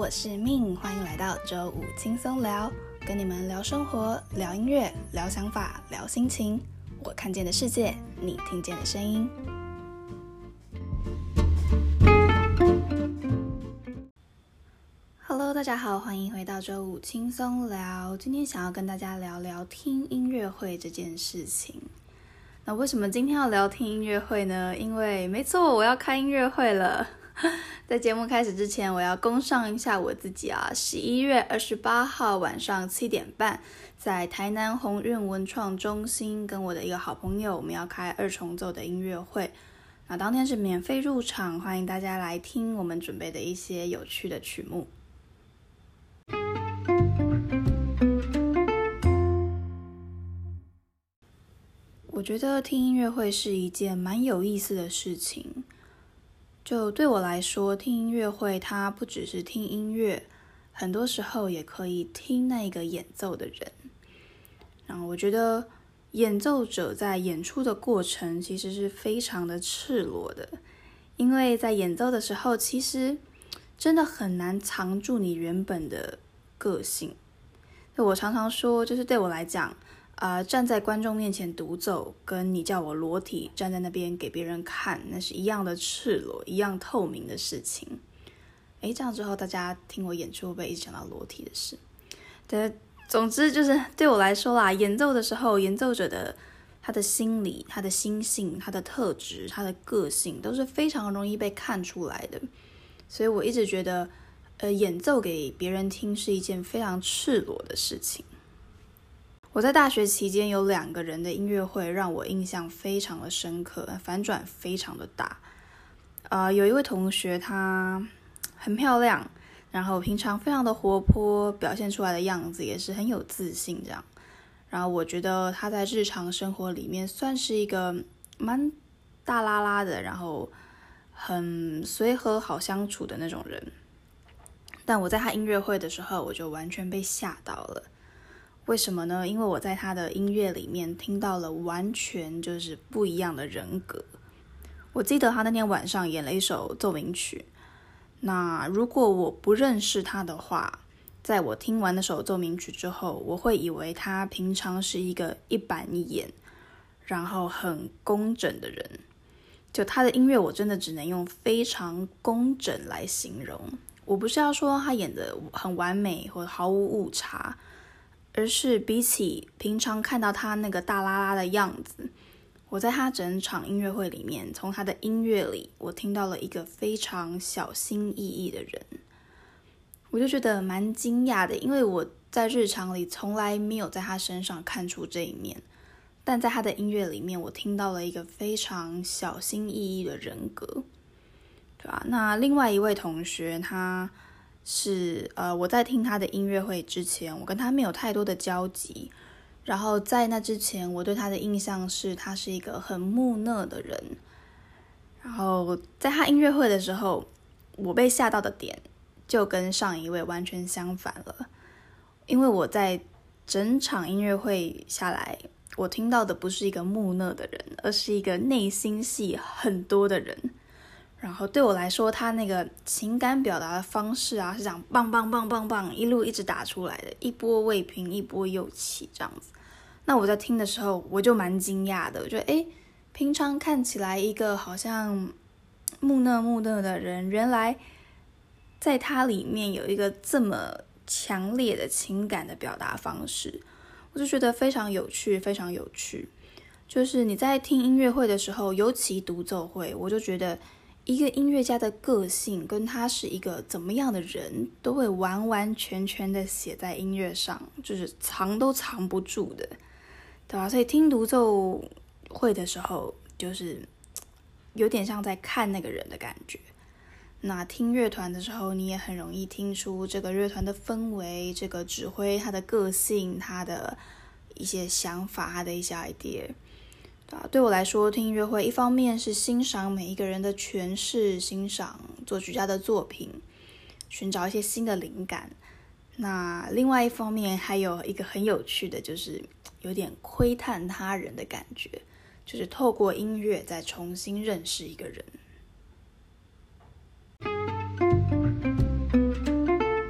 我是命，欢迎来到周五轻松聊，跟你们聊生活、聊音乐、聊想法、聊心情，我看见的世界，你听见的声音。Hello， 大家好，欢迎回到周五轻松聊。今天想要跟大家聊聊听音乐会这件事情。那为什么今天要聊听音乐会呢？因为没错，我要开音乐会了。在节目开始之前，我要工商一下我自己啊。11月28号晚上7点半，在台南鸿运文创中心，跟我的一个好朋友，我们要开二重奏的音乐会。那当天是免费入场，欢迎大家来听我们准备的一些有趣的曲目。我觉得听音乐会是一件蛮有意思的事情。就对我来说，听音乐会它不只是听音乐，很多时候也可以听那个演奏的人。然后我觉得演奏者在演出的过程其实是非常的赤裸的，因为在演奏的时候，其实真的很难藏住你原本的个性。我常常说，就是对我来讲，站在观众面前独奏，跟你叫我裸体站在那边给别人看，那是一样的赤裸，一样透明的事情。这样之后大家听我演出会不会一直讲到裸体的事？对，总之就是对我来说啦，演奏的时候，演奏者的他的心理、他的心性、他的特质、他的个性都是非常容易被看出来的。所以我一直觉得，演奏给别人听是一件非常赤裸的事情。我在大学期间有2个人的音乐会让我印象非常的深刻，反转非常的大。有一位同学她很漂亮，然后平常非常的活泼，表现出来的样子也是很有自信这样。然后我觉得她在日常生活里面算是一个蛮大拉拉的，然后很随和好相处的那种人。但我在她音乐会的时候，我就完全被吓到了。为什么呢？因为我在他的音乐里面听到了完全就是不一样的人格。我记得他那天晚上演了一首奏鸣曲，那如果我不认识他的话，在我听完那首奏鸣曲之后，我会以为他平常是一个一板一眼，然后很工整的人。就他的音乐，我真的只能用非常工整来形容。我不是要说他演得很完美或毫无误差，而是比起平常看到他那个大拉拉的样子，我在他整场音乐会里面，从他的音乐里，我听到了一个非常小心翼翼的人。我就觉得蛮惊讶的，因为我在日常里从来没有在他身上看出这一面，但在他的音乐里面，我听到了一个非常小心翼翼的人格，对吧？那另外一位同学，他是我在听他的音乐会之前，我跟他没有太多的交集。然后在那之前，我对他的印象是他是一个很木讷的人。然后在他音乐会的时候，我被吓到的点就跟上一位完全相反了。因为我在整场音乐会下来，我听到的不是一个木讷的人，而是一个内心戏很多的人。然后对我来说，他那个情感表达的方式啊，是这样棒棒棒棒棒一路一直打出来的，一波未平一波又起这样子。那我在听的时候，我就蛮惊讶的，我觉得平常看起来一个好像木讷的人，原来在他里面有一个这么强烈的情感的表达方式，我就觉得非常有趣，非常有趣。就是你在听音乐会的时候，尤其独奏会，我就觉得一个音乐家的个性跟他是一个怎么样的人，都会完完全全的写在音乐上，就是藏都藏不住的，对吧？所以听独奏会的时候，就是有点像在看那个人的感觉。那听乐团的时候，你也很容易听出这个乐团的氛围，这个指挥他的个性，他的一些想法，他的一些 idea。对我来说，听音乐会一方面是欣赏每一个人的诠释，欣赏作曲家的作品，寻找一些新的灵感。那另外一方面还有一个很有趣的，就是有点窥探他人的感觉，就是透过音乐再重新认识一个人。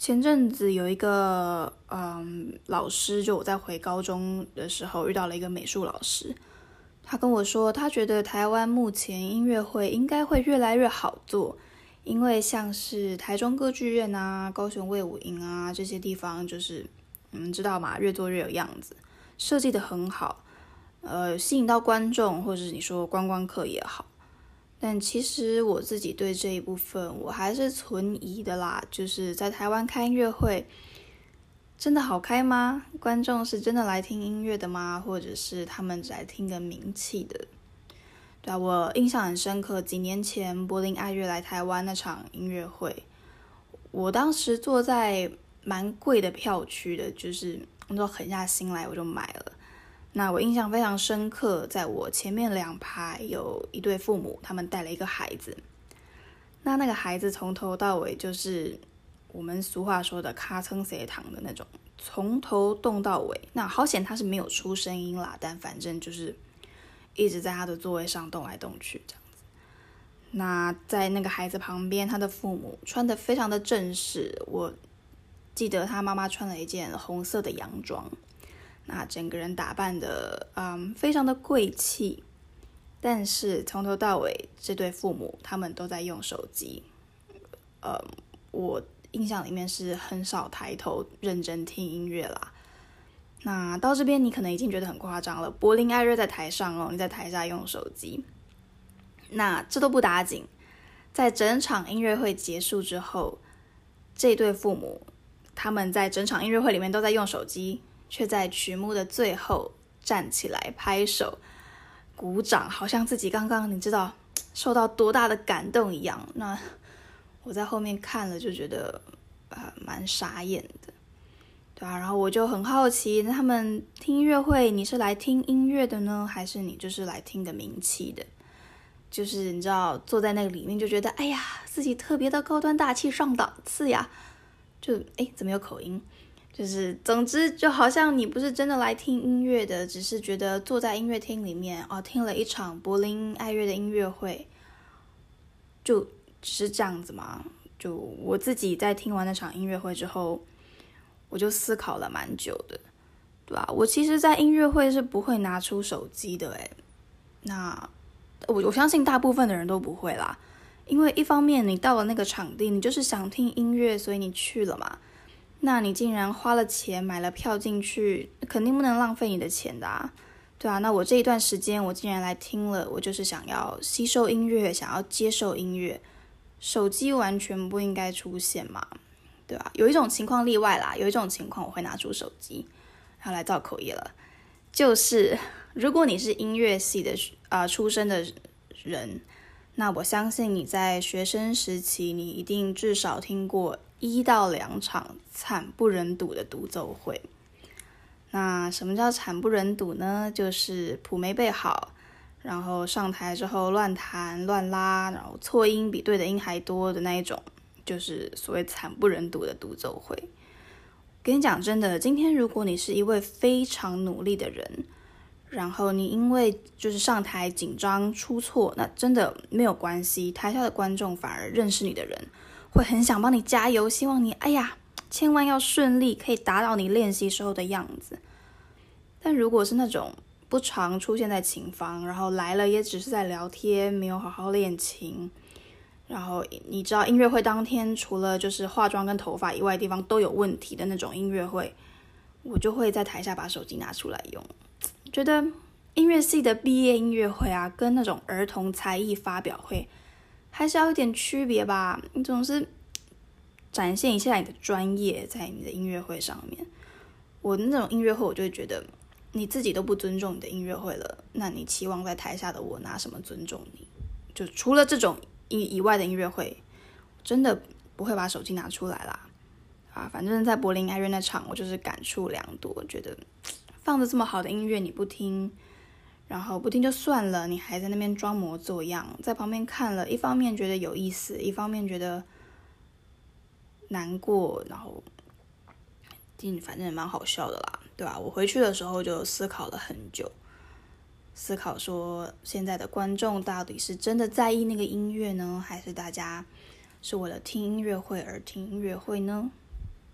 前阵子有一个老师，就我在回高中的时候遇到了一个美术老师，他跟我说，他觉得台湾目前音乐会应该会越来越好做，因为像是台中歌剧院啊、高雄卫武营啊这些地方，就是你们知道嘛，越做越有样子，设计得很好，吸引到观众，或者是你说观光客也好。但其实我自己对这一部分我还是存疑的啦，就是在台湾开音乐会真的好开吗？观众是真的来听音乐的吗？或者是他们只来听个名气的？对啊，我印象很深刻，几年前柏林爱乐来台湾那场音乐会，我当时坐在蛮贵的票区的，就是我就狠下心来我就买了。那我印象非常深刻，在我前面2排有一对父母，他们带了一个孩子。那个孩子从头到尾就是我们俗话说的卡蹭斜糖的那种，从头动到尾。那好险他是没有出声音啦，但反正就是一直在他的座位上动来动去这样子。那在那个孩子旁边，他的父母穿得非常的正式，我记得他妈妈穿了一件红色的洋装。那整个人打扮的非常的贵气，但是从头到尾这对父母他们都在用手机，我印象里面是很少抬头认真听音乐啦。那到这边你可能已经觉得很夸张了，柏林爱乐在台上哦，你在台下用手机，那这都不打紧，在整场音乐会结束之后，这对父母他们在整场音乐会里面都在用手机，却在曲目的最后站起来拍手鼓掌，好像自己刚刚你知道受到多大的感动一样。那我在后面看了就觉得蛮傻眼的，对啊，然后我就很好奇，他们听音乐会，你是来听音乐的呢，还是你就是来听个名气的？就是你知道坐在那个里面就觉得哎呀自己特别的高端大气上档次呀，就怎么有口音？就是总之就好像你不是真的来听音乐的，只是觉得坐在音乐厅里面听了一场柏林爱乐的音乐会，就只是这样子嘛。就我自己在听完那场音乐会之后，我就思考了蛮久的，对吧？我其实在音乐会是不会拿出手机的那我相信大部分的人都不会啦，因为一方面你到了那个场地，你就是想听音乐，所以你去了嘛。那你竟然花了钱买了票进去，肯定不能浪费你的钱的啊，对啊。那我这一段时间我竟然来听了，我就是想要吸收音乐，想要接受音乐，手机完全不应该出现嘛，对吧？有一种情况例外啦，有一种情况我会拿出手机，要来造口业了，就是如果你是音乐系的出身的人，那我相信你在学生时期，你一定至少听过1到2场惨不忍睹的独奏会。那什么叫惨不忍睹呢？就是谱没背好，然后上台之后乱弹乱拉，然后错音比对的音还多的那一种，就是所谓惨不忍睹的独奏会。跟你讲真的，今天如果你是一位非常努力的人，然后你因为就是上台紧张出错，那真的没有关系，台下的观众反而认识你的人会很想帮你加油，希望你千万要顺利，可以达到你练习时候的样子。但如果是那种不常出现在琴房，然后来了也只是在聊天，没有好好练琴，然后你知道音乐会当天除了就是化妆跟头发以外的地方都有问题的那种音乐会，我就会在台下把手机拿出来用。觉得音乐系的毕业音乐会跟那种儿童才艺发表会还是要有点区别吧，你总是展现一下你的专业在你的音乐会上面。我那种音乐会我就会觉得你自己都不尊重你的音乐会了，那你期望在台下的我拿什么尊重你？就除了这种以外的音乐会，真的不会把手机拿出来啦。反正在柏林爱乐那场我就是感触良多，觉得放着这么好的音乐你不听，然后不听就算了，你还在那边装模作样，在旁边看了，一方面觉得有意思，一方面觉得难过，然后反正也蛮好笑的啦，对吧？我回去的时候就思考了很久，思考说现在的观众到底是真的在意那个音乐呢，还是大家是为了听音乐会而听音乐会呢？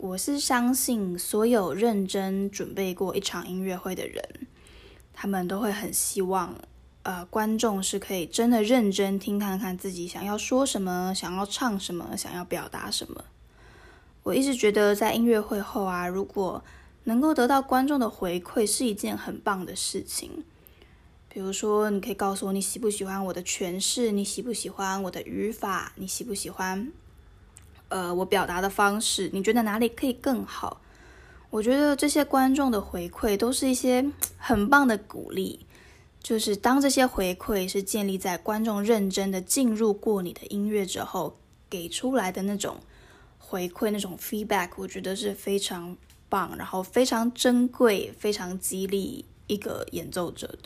我是相信所有认真准备过一场音乐会的人，他们都会很希望观众是可以真的认真听看看自己想要说什么，想要唱什么，想要表达什么。我一直觉得在音乐会后啊，如果能够得到观众的回馈是一件很棒的事情。比如说你可以告诉我你喜不喜欢我的诠释，你喜不喜欢我的语法，你喜不喜欢我表达的方式，你觉得哪里可以更好。我觉得这些观众的回馈都是一些很棒的鼓励，就是当这些回馈是建立在观众认真的进入过你的音乐之后给出来的那种回馈，那种 feedback， 我觉得是非常棒，然后非常珍贵，非常激励一个演奏者的。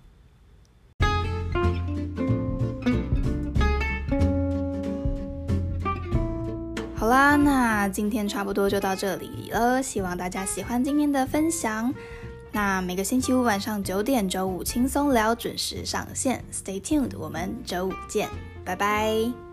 好啦，那今天差不多就到这里了，希望大家喜欢今天的分享。那每个星期五晚上9点，周五轻松聊准时上线 ，Stay tuned， 我们周五见，拜拜。